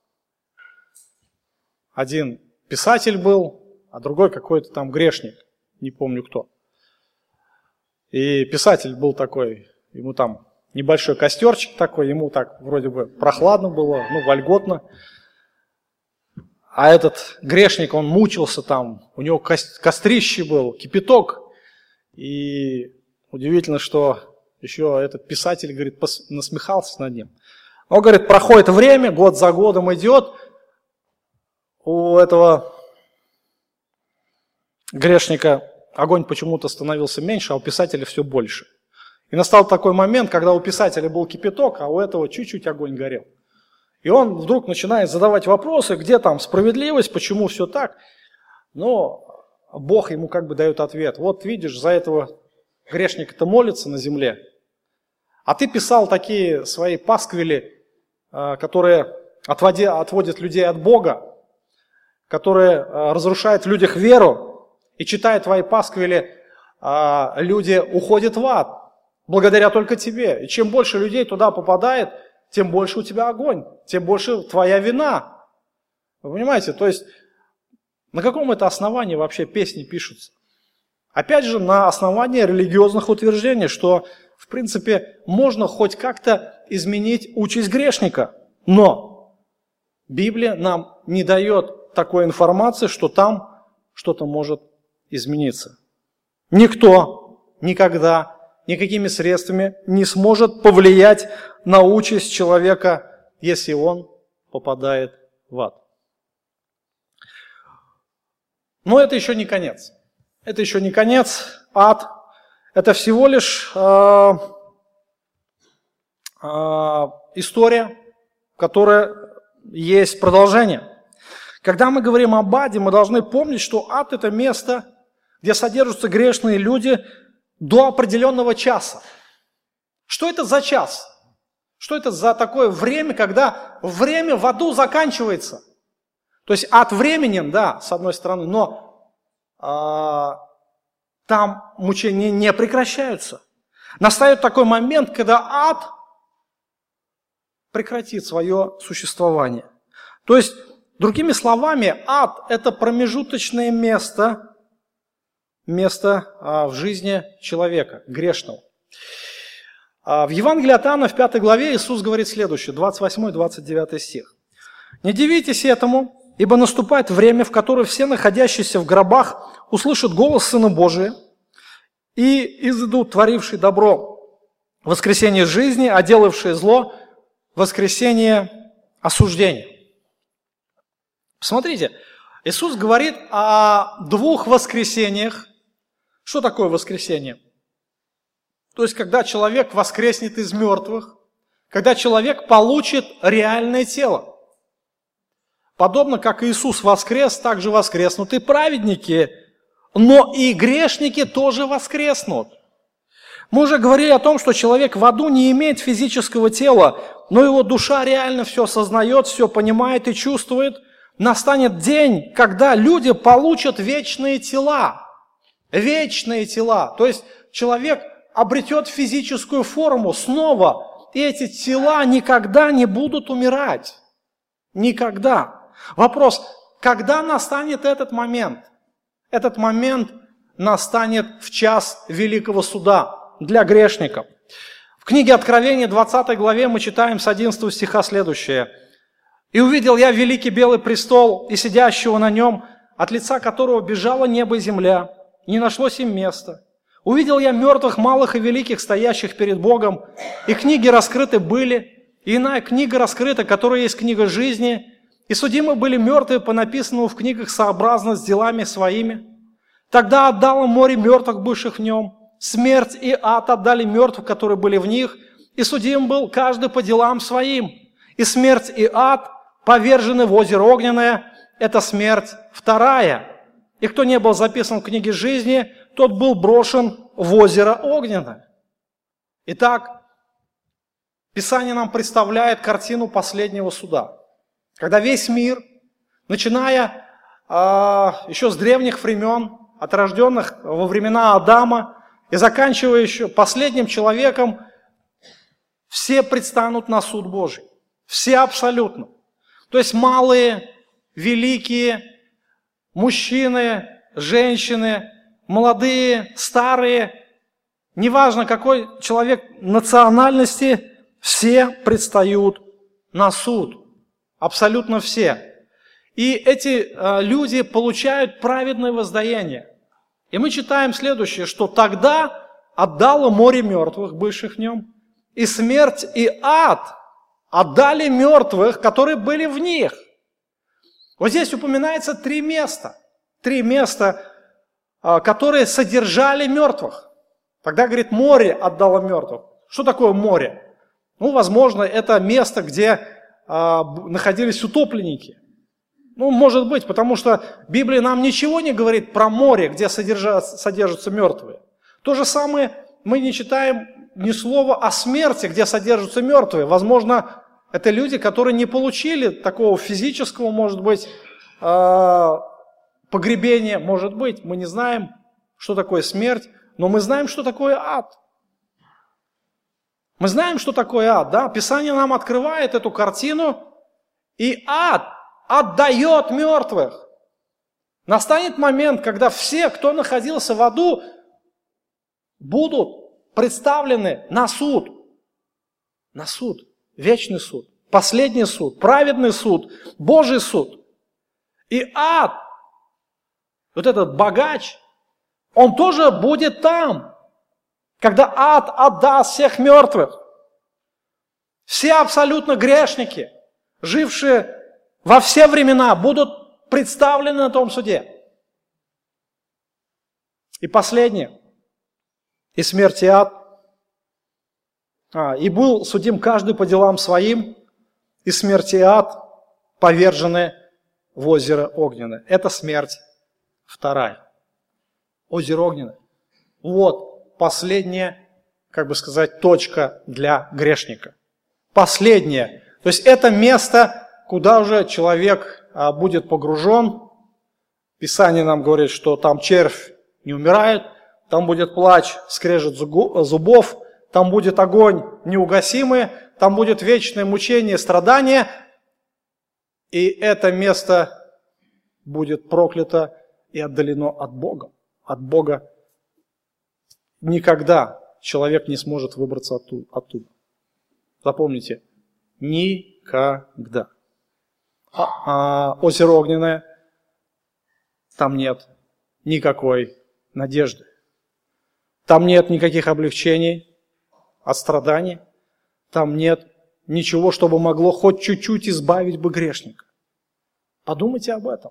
Один писатель был, а другой какой-то там грешник, не помню кто. И писатель был такой, ему там небольшой костерчик такой, ему так вроде бы прохладно было, ну, вольготно. А этот грешник, он мучился там, у него кострище был, кипяток. И удивительно, что еще этот писатель, говорит, насмехался над ним. Он говорит, проходит время, год за годом идет, у этого грешника огонь почему-то становился меньше, а у писателя все больше. И настал такой момент, когда у писателя был кипяток, а у этого чуть-чуть огонь горел. И он вдруг начинает задавать вопросы, где там справедливость, почему все так. Но Бог ему как бы дает ответ. Вот видишь, за этого грешника-то молится на земле. А ты писал такие свои пасквили, которые отводят людей от Бога, которые разрушают в людях веру, и читая твои пасквили, люди уходят в ад, благодаря только тебе. И чем больше людей туда попадает, тем больше у тебя огонь, тем больше твоя вина. Вы понимаете? То есть, на каком это основании вообще песни пишутся? Опять же, на основании религиозных утверждений, что, в принципе, можно хоть как-то изменить участь грешника. Но Библия нам не дает такой информации, что там что-то может измениться. Никто никогда никакими средствами не сможет повлиять на участь человека, если он попадает в ад. Но это еще не конец. Это еще не конец. Ад – это всего лишь э, э, история, в которой есть продолжение. Когда мы говорим об аде, мы должны помнить, что ад – это место, где содержатся грешные люди до определенного часа. Что это за час? Что это за такое время, когда время в аду заканчивается? То есть ад временен, да, с одной стороны, но э, там мучения не прекращаются. Настает такой момент, когда ад прекратит свое существование. То есть, другими словами, ад – это промежуточное место, место а, в жизни человека, грешного. А, в Евангелии от Иоанна в пятой главе Иисус говорит следующее, двадцать восьмой двадцать девятый стих. «Не дивитесь этому, ибо наступает время, в которое все находящиеся в гробах услышат голос Сына Божия, и изыдут творившие добро в воскресение жизни, а делавшие зло в воскресение осуждения». Смотрите, Иисус говорит о двух воскресениях. Что такое воскресение? То есть, когда человек воскреснет из мертвых, когда человек получит реальное тело. Подобно как Иисус воскрес, так же воскреснут и праведники, но и грешники тоже воскреснут. Мы уже говорили о том, что человек в аду не имеет физического тела, но его душа реально все осознает, все понимает и чувствует. Настанет день, когда люди получат вечные тела. Вечные тела. То есть человек обретет физическую форму снова, и эти тела никогда не будут умирать. Никогда. Вопрос, когда настанет этот момент? Этот момент настанет в час великого суда для грешников. В книге Откровения, двадцатой главе, мы читаем с одиннадцатого стиха следующее. «И увидел я великий белый престол, и сидящего на нем, от лица которого бежало небо и земля, не нашлось им места. Увидел я мертвых, малых и великих, стоящих перед Богом, и книги раскрыты были, и иная книга раскрыта, которая есть книга жизни, и судимы были мертвые по написанному в книгах сообразно с делами своими. Тогда отдало море мертвых, бывших в нем, смерть и ад отдали мертвых, которые были в них, и судим был каждый по делам своим. И смерть и ад повержены в озеро огненное, это смерть вторая. И кто не был записан в книге жизни, тот был брошен в озеро огненное». Итак, Писание нам представляет картину последнего суда, когда весь мир, начиная э, еще с древних времен, от рожденных во времена Адама и заканчивая еще последним человеком, все предстанут на суд Божий. Все абсолютно. То есть малые, великие, мужчины, женщины, молодые, старые, неважно какой человек национальности, все предстают на суд. Абсолютно все. И эти э, люди получают праведное воздаяние. И мы читаем следующее, что тогда отдало море мертвых, бывших в нем, и смерть и ад отдали мертвых, которые были в них. Вот здесь упоминается три места. Три места, которые содержали мертвых. Тогда, говорит, море отдало мертвых. Что такое море? Ну, возможно, это место, где а, находились утопленники. Ну, может быть, потому что Библия нам ничего не говорит про море, где содержатся, содержатся мертвые. То же самое мы не читаем ни слова о смерти, где содержатся мертвые. Возможно, это люди, которые не получили такого физического, может быть, погребения, может быть. Мы не знаем, что такое смерть, но мы знаем, что такое ад. Мы знаем, что такое ад, да? Писание нам открывает эту картину, и ад отдает мертвых. Настанет момент, когда все, кто находился в аду, будут представлены на суд. На суд. Вечный суд. Последний суд. Праведный суд. Божий суд. И ад, вот этот богач, он тоже будет там, когда ад отдаст всех мертвых. Все абсолютно грешники, жившие во все времена, будут представлены на том суде. И последнее. И смерть и ад. А, и был судим каждый по делам своим, и смерть и ад повержены в озеро огненное. Это смерть вторая. Озеро огненное. Вот последняя, как бы сказать, точка для грешника. Последняя. То есть это место, куда уже человек а, будет погружен. Писание нам говорит, что там червь не умирает, там будет плач, скрежет зубов, там будет огонь неугасимый, там будет вечное мучение, страдание, и это место будет проклято и отдалено от Бога. От Бога никогда человек не сможет выбраться оттуда. Запомните, никогда. А, а, озеро Огненное, там нет никакой надежды. Там нет никаких облегчений от страданий. Там нет ничего, чтобы могло хоть чуть-чуть избавить бы грешника. Подумайте об этом.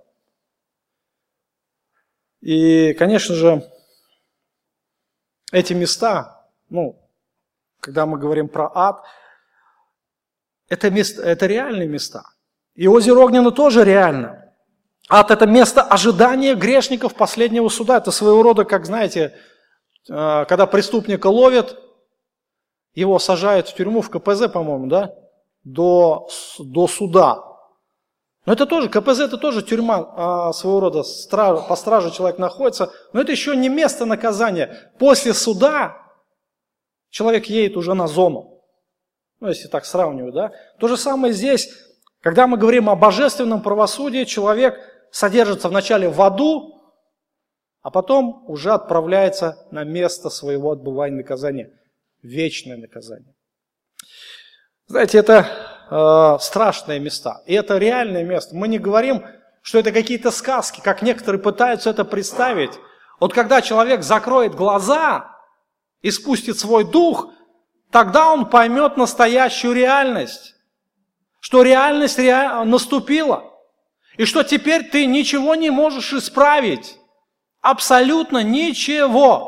И, конечно же, эти места, ну, когда мы говорим про ад, это, место, это реальные места. И озеро Огненное тоже реально. Ад – это место ожидания грешников последнего суда. Это своего рода, как, знаете, когда преступника ловят, его сажают в тюрьму, в ка пэ зэ, по-моему, да, до, до суда. Но это тоже, ка пэ зэ это тоже тюрьма своего рода, страж, по страже человек находится, но это еще не место наказания. После суда человек едет уже на зону. Ну, если так сравнивать, да. То же самое здесь, когда мы говорим о божественном правосудии, человек содержится вначале в аду, а потом уже отправляется на место своего отбывания наказания. Вечное наказание. Знаете, это э, страшные места. И это реальное место. Мы не говорим, что это какие-то сказки, как некоторые пытаются это представить. Вот когда человек закроет глаза и спустит свой дух, тогда он поймет настоящую реальность. Что реальность ре... наступила. И что теперь ты ничего не можешь исправить. Абсолютно ничего.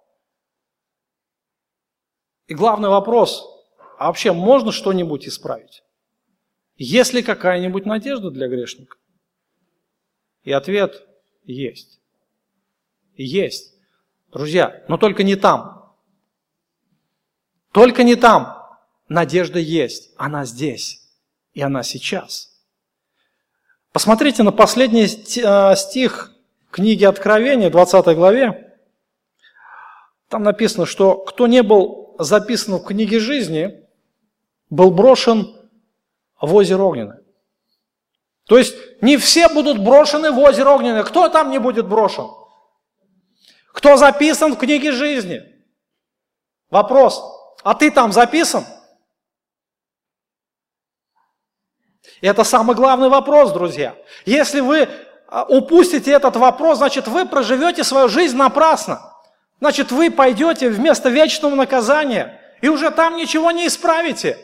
И главный вопрос, а вообще можно что-нибудь исправить? Есть ли какая-нибудь надежда для грешника? И ответ есть. Есть. Друзья, но только не там. Только не там. Надежда есть. Она здесь. И она сейчас. Посмотрите на последний стих книги Откровения, двадцатой главе. Там написано, что кто не был записан в книге жизни, был брошен в озеро Огненное. То есть не все будут брошены в озеро Огненное. Кто там не будет брошен? Кто записан в книге жизни? Вопрос, а ты там записан? И это самый главный вопрос, друзья. Если вы упустите этот вопрос, значит вы проживете свою жизнь напрасно. Значит, вы пойдете вместо вечного наказания и уже там ничего не исправите.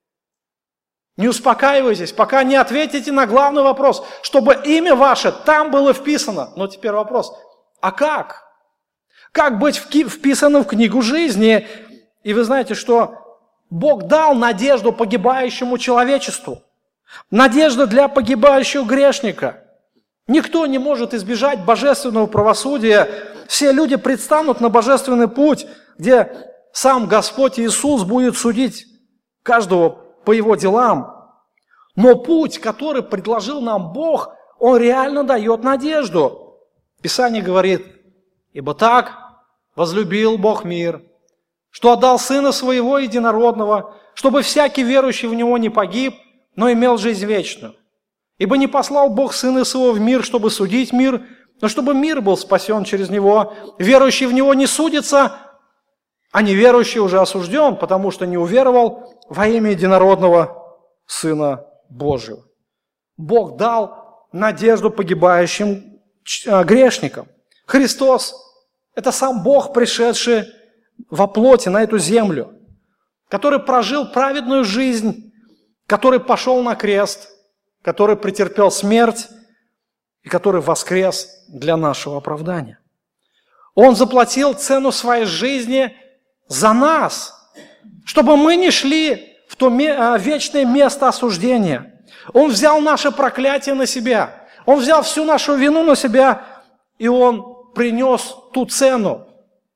Не успокаивайтесь, пока не ответите на главный вопрос, чтобы имя ваше там было вписано. Но теперь вопрос, а как? Как быть вписанным в книгу жизни? И вы знаете, что Бог дал надежду погибающему человечеству. Надежда для погибающего грешника. Никто не может избежать божественного правосудия. Все люди предстанут на божественный путь, где сам Господь Иисус будет судить каждого по его делам. Но путь, который предложил нам Бог, он реально дает надежду. Писание говорит, ибо так возлюбил Бог мир, что отдал Сына Своего Единородного, чтобы всякий верующий в Него не погиб, но имел жизнь вечную. Ибо не послал Бог Сына Своего в мир, чтобы судить мир, но чтобы мир был спасен через Него. Верующий в Него не судится, а неверующий уже осужден, потому что не уверовал во имя единородного Сына Божьего. Бог дал надежду погибающим грешникам. Христос – это сам Бог, пришедший во плоти на эту землю, который прожил праведную жизнь, который пошел на крест, который претерпел смерть и который воскрес для нашего оправдания. Он заплатил цену своей жизни за нас, чтобы мы не шли в то вечное место осуждения. Он взял наше проклятие на себя, Он взял всю нашу вину на себя, и Он принес ту цену,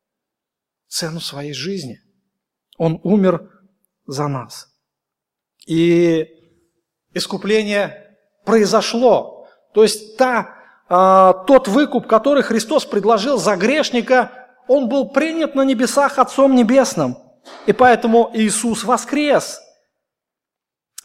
цену своей жизни. Он умер за нас. И искупление произошло. То есть та, а, тот выкуп, который Христос предложил за грешника, он был принят на небесах Отцом Небесным. И поэтому Иисус воскрес.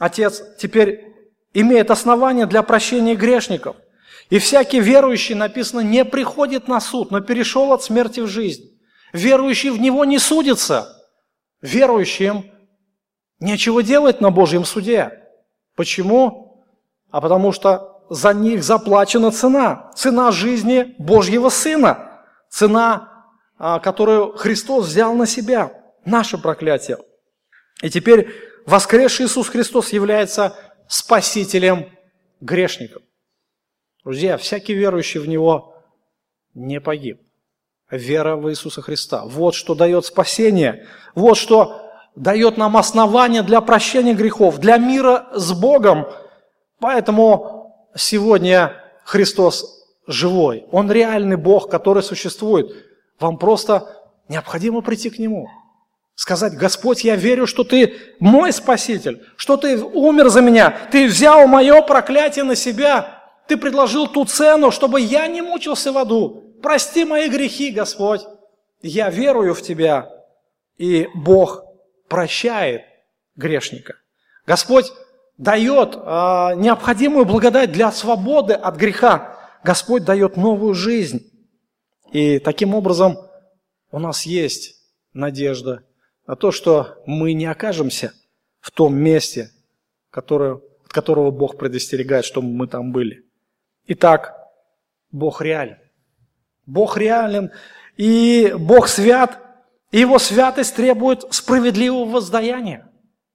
Отец теперь имеет основание для прощения грешников. И всякий верующий, написано, не приходит на суд, но перешел от смерти в жизнь. Верующий в Него не судится. Верующим нечего делать на Божьем суде. Почему? А потому что за них заплачена цена. Цена жизни Божьего Сына. Цена, которую Христос взял на себя. Наше проклятие. И теперь воскресший Иисус Христос является спасителем грешников. Друзья, всякий верующий в Него не погиб. Вера в Иисуса Христа. Вот что дает спасение. Вот что дает нам основание для прощения грехов, для мира с Богом. Поэтому сегодня Христос живой. Он реальный Бог, который существует. Вам просто необходимо прийти к Нему. Сказать: Господь, я верю, что Ты мой Спаситель, что Ты умер за меня, Ты взял мое проклятие на себя. Ты предложил ту цену, чтобы я не мучился в аду. Прости мои грехи, Господь. Я верую в Тебя. И Бог прощает грешника. Господь дает э, необходимую благодать для свободы от греха. Господь дает новую жизнь. И таким образом у нас есть надежда на то, что мы не окажемся в том месте, которое, от которого Бог предостерегает, чтобы мы там были. Итак, Бог реален. Бог реален, и Бог свят, и Его святость требует справедливого воздаяния.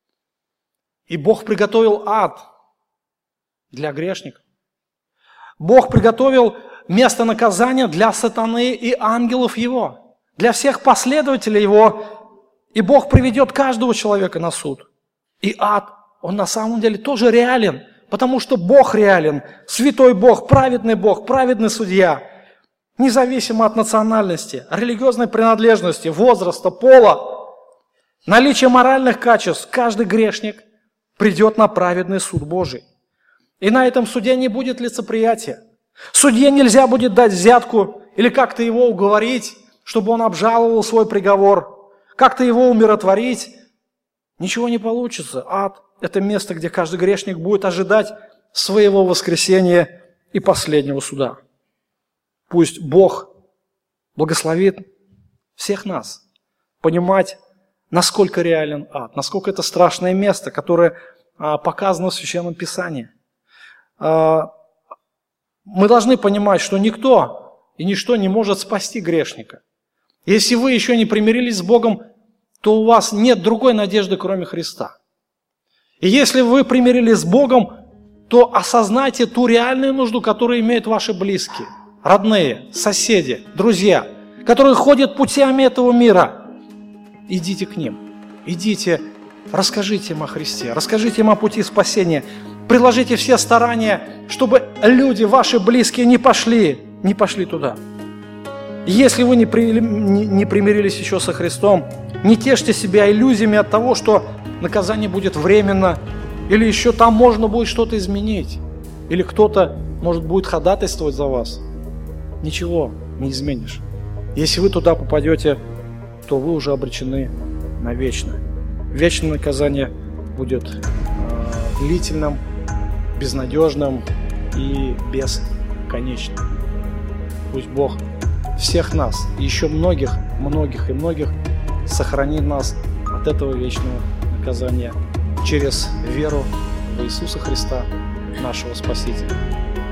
И Бог приготовил ад для грешников. Бог приготовил место наказания для сатаны и ангелов Его, для всех последователей Его, и Бог приведет каждого человека на суд. И ад, он на самом деле тоже реален, потому что Бог реален, святой Бог, праведный Бог, праведный судья, независимо от национальности, религиозной принадлежности, возраста, пола, наличия моральных качеств, каждый грешник придет на праведный суд Божий. И на этом суде не будет лицеприятия. Судье нельзя будет дать взятку или как-то его уговорить, чтобы он обжаловал свой приговор, как-то его умиротворить. Ничего не получится. Ад – это место, где каждый грешник будет ожидать своего воскресения и последнего суда. Пусть Бог благословит всех нас понимать, насколько реален ад, насколько это страшное место, которое показано в Священном Писании. Мы должны понимать, что никто и ничто не может спасти грешника. Если вы еще не примирились с Богом, то у вас нет другой надежды, кроме Христа. И если вы примирились с Богом, то осознайте ту реальную нужду, которую имеют ваши близкие, родные, соседи, друзья, которые ходят путями этого мира. Идите к ним, идите, расскажите им о Христе, расскажите им о пути спасения, приложите все старания, чтобы люди, ваши близкие, не пошли, не пошли туда. Если вы не, при, не, не примирились еще со Христом, не тешьте себя иллюзиями от того, что наказание будет временно, или еще там можно будет что-то изменить, или кто-то, может, будет ходатайствовать за вас. Ничего не изменишь. Если вы туда попадете, то вы уже обречены на вечное. Вечное наказание будет э, длительным, безнадежным и бесконечным. Пусть Бог всех нас, и еще многих, многих и многих сохранит нас от этого вечного наказания через веру в Иисуса Христа, нашего Спасителя.